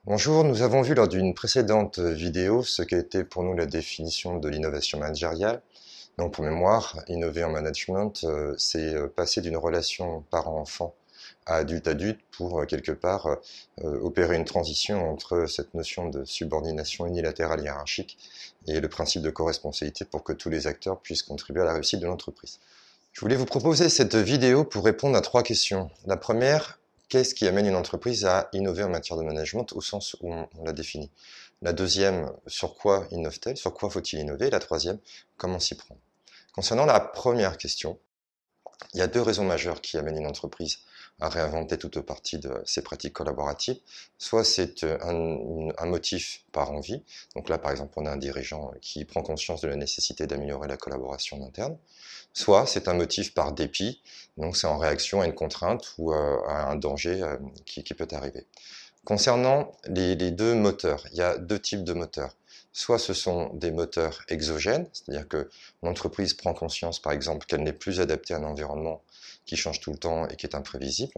Bonjour, nous avons vu lors d'une précédente vidéo ce qu'a été pour nous la définition de l'innovation managériale. Donc pour mémoire, innover en management, c'est passer d'une relation parent-enfant à adulte-adulte pour quelque part opérer une transition entre cette notion de subordination unilatérale hiérarchique et le principe de co-responsabilité pour que tous les acteurs puissent contribuer à la réussite de l'entreprise. Je voulais vous proposer cette vidéo pour répondre à 3 questions. La première, qu'est-ce qui amène une entreprise à innover en matière de management au sens où on l'a définit? La deuxième, sur quoi innove-t-elle? Sur quoi faut-il innover? La troisième, comment s'y prendre? Concernant la première question, il y a 2 raisons majeures qui amènent une entreprise à réinventer toute ou partie de ses pratiques collaboratives. Soit c'est un motif par envie. Donc là, par exemple, on a un dirigeant qui prend conscience de la nécessité d'améliorer la collaboration en interne. Soit c'est un motif par dépit. Donc c'est en réaction à une contrainte ou à un danger qui peut arriver. Concernant les 2 moteurs, il y a 2 types de moteurs. Soit ce sont des moteurs exogènes, c'est-à-dire que l'entreprise prend conscience, par exemple, qu'elle n'est plus adaptée à un environnement qui change tout le temps et qui est imprévisible.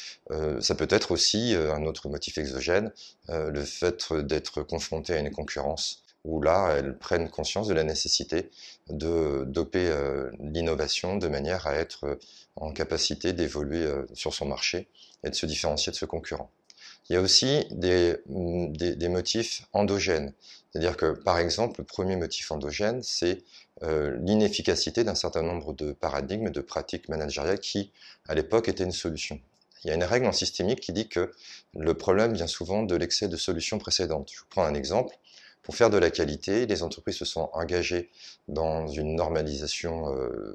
Ça peut être aussi un autre motif exogène, le fait d'être confronté à une concurrence où là, elles prennent conscience de la nécessité de doper l'innovation de manière à être en capacité d'évoluer sur son marché et de se différencier de ce concurrent. Il y a aussi des motifs endogènes. C'est-à-dire que, par exemple, le premier motif endogène, c'est l'inefficacité d'un certain nombre de paradigmes, de pratiques managériales qui, à l'époque, étaient une solution. Il y a une règle en systémique qui dit que le problème vient souvent de l'excès de solutions précédentes. Je vous prends un exemple. Pour faire de la qualité, les entreprises se sont engagées dans une normalisation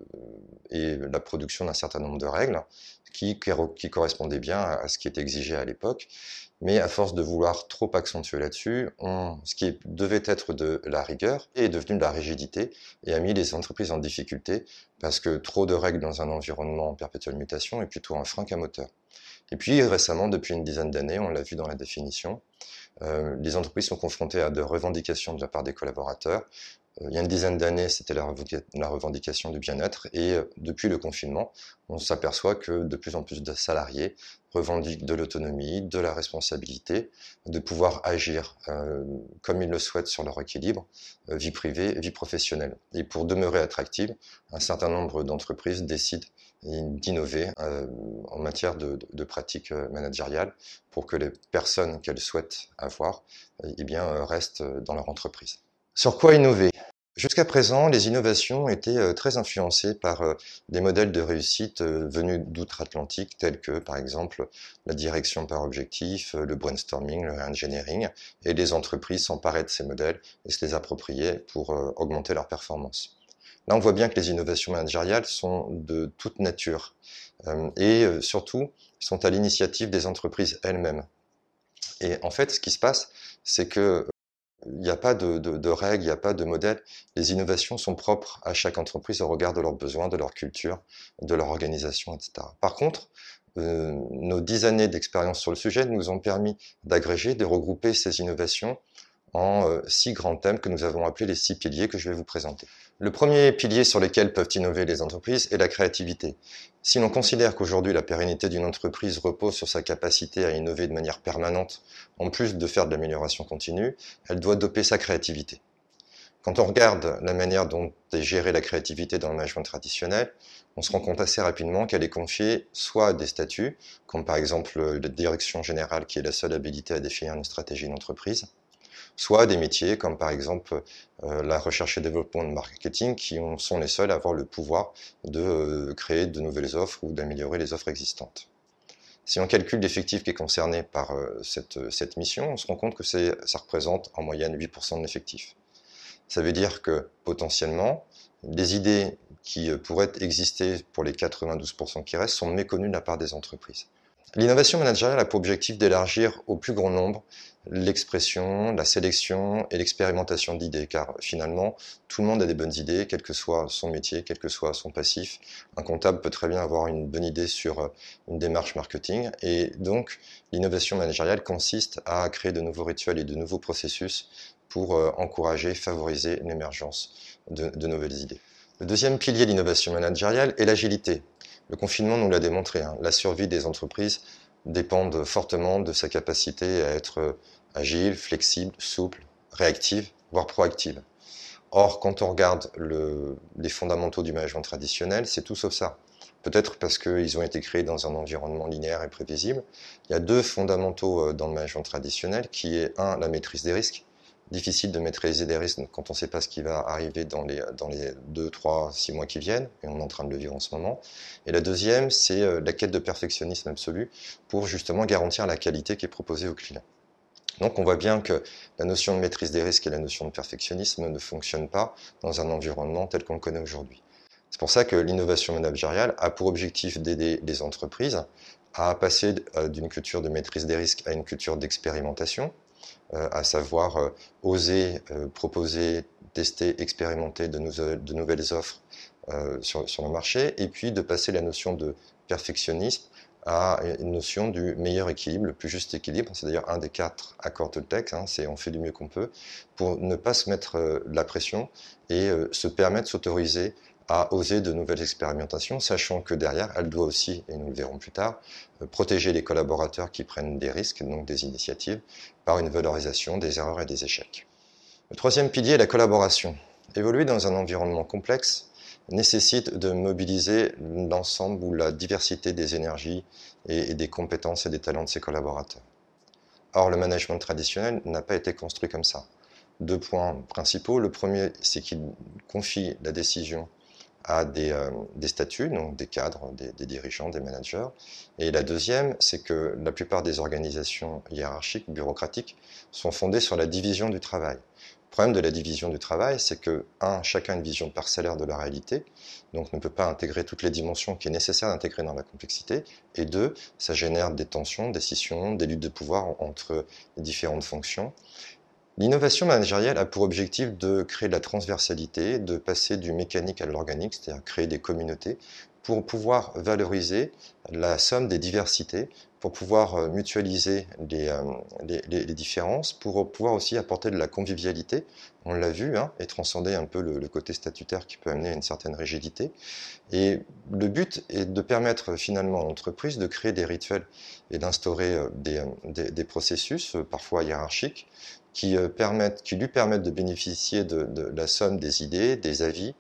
et la production d'un certain nombre de règles qui correspondaient bien à ce qui était exigé à l'époque. Mais à force de vouloir trop accentuer là-dessus, ce qui devait être de la rigueur est devenu de la rigidité et a mis les entreprises en difficulté parce que trop de règles dans un environnement en perpétuelle mutation est plutôt un frein qu'un moteur. Et puis récemment, depuis une dizaine d'années, on l'a vu dans la définition, les entreprises sont confrontées à de revendications de la part des collaborateurs. Il y a une dizaine d'années, c'était la revendication du bien-être et depuis le confinement, on s'aperçoit que de plus en plus de salariés revendiquent de l'autonomie, de la responsabilité, de pouvoir agir comme ils le souhaitent sur leur équilibre, vie privée, vie professionnelle. Et pour demeurer attractive, un certain nombre d'entreprises décident d'innover en matière de pratiques managériales pour que les personnes qu'elles souhaitent avoir restent dans leur entreprise. Sur quoi innover? Jusqu'à présent, les innovations étaient très influencées par des modèles de réussite venus d'outre-Atlantique, tels que, par exemple, la direction par objectif, le brainstorming, le re-engineering, et les entreprises s'emparaient de ces modèles et se les appropriaient pour augmenter leur performance. Là, on voit bien que les innovations managériales sont de toute nature et surtout sont à l'initiative des entreprises elles-mêmes. Et en fait, ce qui se passe, c'est que il n'y a pas de règles, il n'y a pas de modèle. Les innovations sont propres à chaque entreprise au regard de leurs besoins, de leur culture, de leur organisation, etc. Par contre, nos 10 années d'expérience sur le sujet nous ont permis d'agréger, de regrouper ces innovations en 6 grands thèmes que nous avons appelés les 6 piliers que je vais vous présenter. Le premier pilier sur lequel peuvent innover les entreprises est la créativité. Si l'on considère qu'aujourd'hui la pérennité d'une entreprise repose sur sa capacité à innover de manière permanente, en plus de faire de l'amélioration continue, elle doit doper sa créativité. Quand on regarde la manière dont est gérée la créativité dans le management traditionnel, on se rend compte assez rapidement qu'elle est confiée soit à des statuts, comme par exemple la direction générale qui est la seule habilitée à définir une stratégie d'entreprise, soit des métiers comme par exemple la recherche et développement de marketing qui sont les seuls à avoir le pouvoir de créer de nouvelles offres ou d'améliorer les offres existantes. Si on calcule l'effectif qui est concerné par cette mission, on se rend compte que ça représente en moyenne 8% de l'effectif. Ça veut dire que potentiellement, les idées qui pourraient exister pour les 92% qui restent sont méconnues de la part des entreprises. L'innovation managériale a pour objectif d'élargir au plus grand nombre l'expression, la sélection et l'expérimentation d'idées, car finalement, tout le monde a des bonnes idées, quel que soit son métier, quel que soit son passif. Un comptable peut très bien avoir une bonne idée sur une démarche marketing, et donc l'innovation managériale consiste à créer de nouveaux rituels et de nouveaux processus pour encourager, favoriser l'émergence de nouvelles idées. Le deuxième pilier de l'innovation managériale est l'agilité. Le confinement nous l'a démontré, la survie des entreprises dépendent fortement de sa capacité à être agile, flexible, souple, réactive, voire proactive. Or, quand on regarde les fondamentaux du management traditionnel, c'est tout sauf ça. Peut-être parce qu'ils ont été créés dans un environnement linéaire et prévisible. Il y a deux fondamentaux dans le management traditionnel, qui est un, la maîtrise des risques. Difficile de maîtriser des risques quand on ne sait pas ce qui va arriver dans les 2, 3, 6 mois qui viennent, et on est en train de le vivre en ce moment. Et la deuxième, c'est la quête de perfectionnisme absolu pour justement garantir la qualité qui est proposée aux clients. Donc on voit bien que la notion de maîtrise des risques et la notion de perfectionnisme ne fonctionnent pas dans un environnement tel qu'on le connaît aujourd'hui. C'est pour ça que l'innovation managériale a pour objectif d'aider les entreprises à passer d'une culture de maîtrise des risques à une culture d'expérimentation, à savoir oser proposer, tester, expérimenter de nouvelles offres sur le marché, et puis de passer la notion de perfectionnisme à une notion du meilleur équilibre, le plus juste équilibre. C'est d'ailleurs un des 4 accords Toltec, c'est on fait du mieux qu'on peut, pour ne pas se mettre la pression et se permettre, s'autoriser à oser de nouvelles expérimentations, sachant que derrière, elle doit aussi, et nous le verrons plus tard, protéger les collaborateurs qui prennent des risques, donc des initiatives, par une valorisation des erreurs et des échecs. Le troisième pilier est la collaboration. Évoluer dans un environnement complexe nécessite de mobiliser l'ensemble ou la diversité des énergies et des compétences et des talents de ses collaborateurs. Or, le management traditionnel n'a pas été construit comme ça. 2 points principaux. Le premier, c'est qu'il confie la décision à des statuts, donc des cadres, des dirigeants, des managers. Et la deuxième, c'est que la plupart des organisations hiérarchiques, bureaucratiques, sont fondées sur la division du travail. Le problème de la division du travail, c'est que, chacun a une vision parcellaire de la réalité, donc ne peut pas intégrer toutes les dimensions qu'il est nécessaire d'intégrer dans la complexité, et 2, ça génère des tensions, des scissions, des luttes de pouvoir entre les différentes fonctions. L'innovation managériale a pour objectif de créer de la transversalité, de passer du mécanique à l'organique, c'est-à-dire créer des communautés, pour pouvoir valoriser la somme des diversités, pour pouvoir mutualiser les différences, pour pouvoir aussi apporter de la convivialité, on l'a vu, et transcender un peu le côté statutaire qui peut amener à une certaine rigidité. Et le but est de permettre finalement à l'entreprise de créer des rituels et d'instaurer des processus, parfois hiérarchiques, qui lui permettent de bénéficier de la somme des idées, des avis,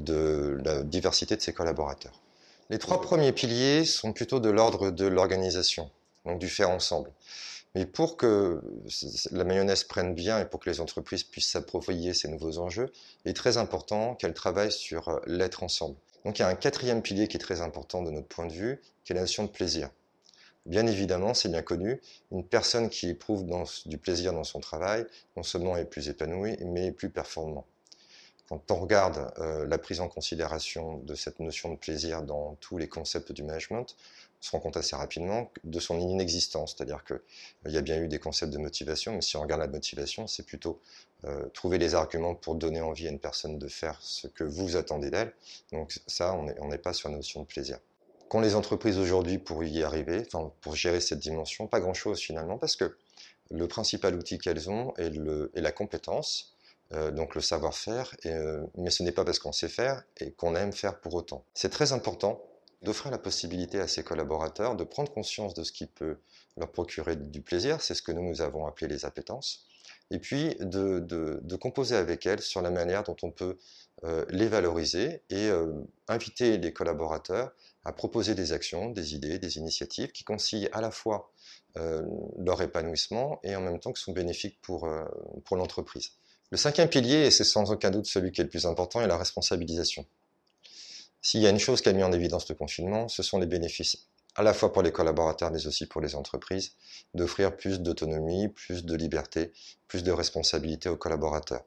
de la diversité de ses collaborateurs. Les 3 premiers piliers sont plutôt de l'ordre de l'organisation, donc du faire ensemble. Mais pour que la mayonnaise prenne bien et pour que les entreprises puissent s'approprier ces nouveaux enjeux, il est très important qu'elles travaillent sur l'être ensemble. Donc il y a un 4e pilier qui est très important de notre point de vue, qui est la notion de plaisir. Bien évidemment, c'est bien connu, une personne qui éprouve du plaisir dans son travail, non seulement est plus épanouie, mais est plus performant. Quand on regarde la prise en considération de cette notion de plaisir dans tous les concepts du management, on se rend compte assez rapidement de son inexistence. C'est-à-dire qu'il y a bien eu des concepts de motivation, mais si on regarde la motivation, c'est plutôt trouver les arguments pour donner envie à une personne de faire ce que vous attendez d'elle. Donc ça, on n'est pas sur la notion de plaisir. Qu'ont les entreprises aujourd'hui pour y arriver, pour gérer cette dimension? Pas grand-chose finalement, parce que le principal outil qu'elles ont est la compétence, donc le savoir-faire, mais ce n'est pas parce qu'on sait faire et qu'on aime faire pour autant. C'est très important d'offrir la possibilité à ses collaborateurs de prendre conscience de ce qui peut leur procurer du plaisir, c'est ce que nous avons appelé les appétences, et puis de composer avec elles sur la manière dont on peut les valoriser et inviter les collaborateurs à proposer des actions, des idées, des initiatives qui concilient à la fois leur épanouissement et en même temps qui sont bénéfiques pour l'entreprise. Le 5e pilier, et c'est sans aucun doute celui qui est le plus important, est la responsabilisation. S'il y a une chose qui a mis en évidence le confinement, ce sont les bénéfices, à la fois pour les collaborateurs mais aussi pour les entreprises, d'offrir plus d'autonomie, plus de liberté, plus de responsabilité aux collaborateurs.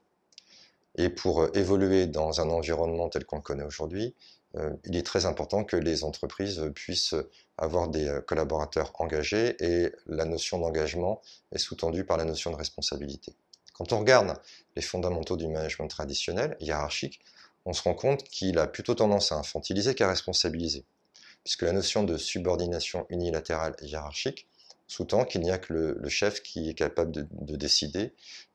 Et pour évoluer dans un environnement tel qu'on le connaît aujourd'hui, il est très important que les entreprises puissent avoir des collaborateurs engagés, et la notion d'engagement est sous-tendue par la notion de responsabilité. Quand on regarde les fondamentaux du management traditionnel, hiérarchique, on se rend compte qu'il a plutôt tendance à infantiliser qu'à responsabiliser, puisque la notion de subordination unilatérale et hiérarchique sous-tend qu'il n'y a que le chef qui est capable de décider,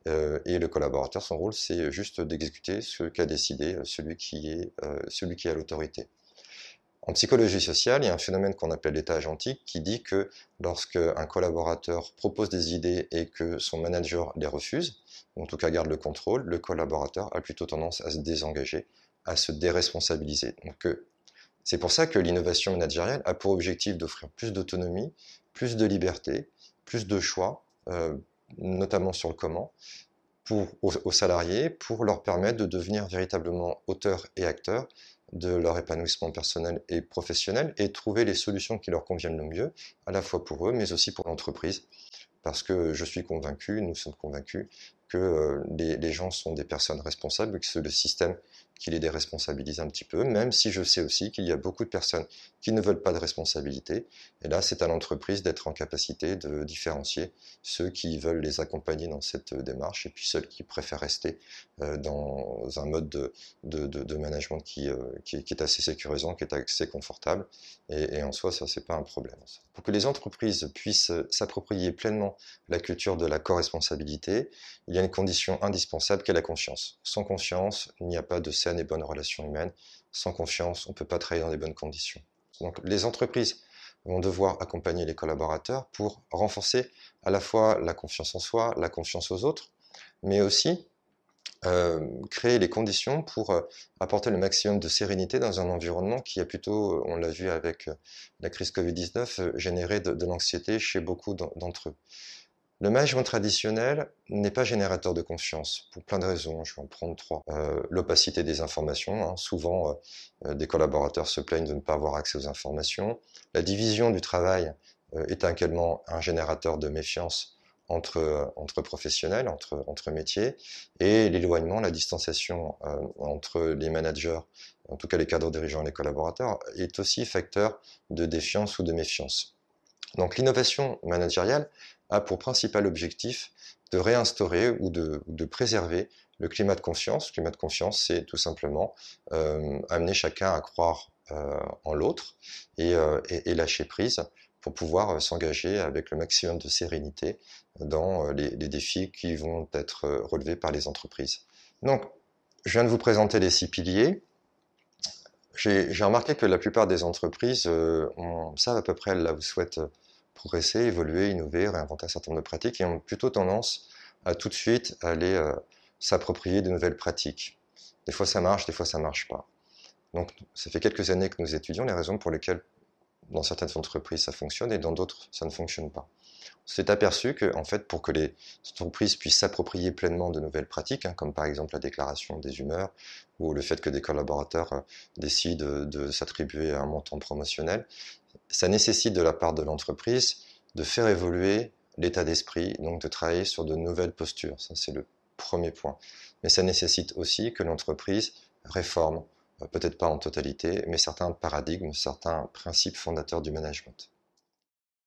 et le collaborateur, son rôle, c'est juste d'exécuter ce qu'a décidé celui qui a l'autorité. En psychologie sociale, il y a un phénomène qu'on appelle l'état agentique qui dit que lorsque un collaborateur propose des idées et que son manager les refuse, ou en tout cas garde le contrôle, le collaborateur a plutôt tendance à se désengager, à se déresponsabiliser. Donc, c'est pour ça que l'innovation managériale a pour objectif d'offrir plus d'autonomie, plus de liberté, plus de choix, notamment sur le comment, aux salariés, pour leur permettre de devenir véritablement auteurs et acteurs de leur épanouissement personnel et professionnel et trouver les solutions qui leur conviennent le mieux, à la fois pour eux, mais aussi pour l'entreprise. Parce que je suis convaincu, nous sommes convaincus, que les gens sont des personnes responsables et que c'est le système qui les déresponsabilise un petit peu, même si je sais aussi qu'il y a beaucoup de personnes qui ne veulent pas de responsabilité. Et là, c'est à l'entreprise d'être en capacité de différencier ceux qui veulent les accompagner dans cette démarche et puis ceux qui préfèrent rester dans un mode de management qui est assez sécurisant, qui est assez confortable. Et en soi, ça, c'est pas un problème. Pour que les entreprises puissent s'approprier pleinement la culture de la co-responsabilité, il y a une condition indispensable qui est la confiance. Sans confiance, il n'y a pas de saine et bonne relation humaine. Sans confiance, on ne peut pas travailler dans des bonnes conditions. Donc les entreprises vont devoir accompagner les collaborateurs pour renforcer à la fois la confiance en soi, la confiance aux autres, mais aussi créer les conditions pour apporter le maximum de sérénité dans un environnement qui a plutôt, on l'a vu avec la crise Covid-19, généré de l'anxiété chez beaucoup d'entre eux. Le management traditionnel n'est pas générateur de confiance, pour plein de raisons, je vais en prendre 3. L'opacité des informations, hein. Souvent des collaborateurs se plaignent de ne pas avoir accès aux informations. La division du travail est également un générateur de méfiance entre professionnels, entre métiers, et l'éloignement, la distanciation entre les managers, en tout cas les cadres dirigeants et les collaborateurs, est aussi facteur de défiance ou de méfiance. Donc l'innovation managériale a pour principal objectif de réinstaurer ou de préserver le climat de confiance. Le climat de confiance, c'est tout simplement amener chacun à croire en l'autre et lâcher prise pour pouvoir s'engager avec le maximum de sérénité dans les défis qui vont être relevés par les entreprises. Donc, je viens de vous présenter les 6 piliers. J'ai remarqué que la plupart des entreprises savent à peu près là où souhaitent progresser, évoluer, innover, réinventer un certain nombre de pratiques et ont plutôt tendance à tout de suite aller s'approprier de nouvelles pratiques. Des fois ça marche, des fois ça marche pas. Donc ça fait quelques années que nous étudions les raisons pour lesquelles dans certaines entreprises ça fonctionne et dans d'autres ça ne fonctionne pas. On s'est aperçu que, en fait, pour que les entreprises puissent s'approprier pleinement de nouvelles pratiques, hein, comme par exemple la déclaration des humeurs ou le fait que des collaborateurs décident de s'attribuer un montant promotionnel, ça nécessite de la part de l'entreprise de faire évoluer l'état d'esprit, donc de travailler sur de nouvelles postures. Ça, c'est le premier point. Mais ça nécessite aussi que l'entreprise réforme, peut-être pas en totalité, mais certains paradigmes, certains principes fondateurs du management.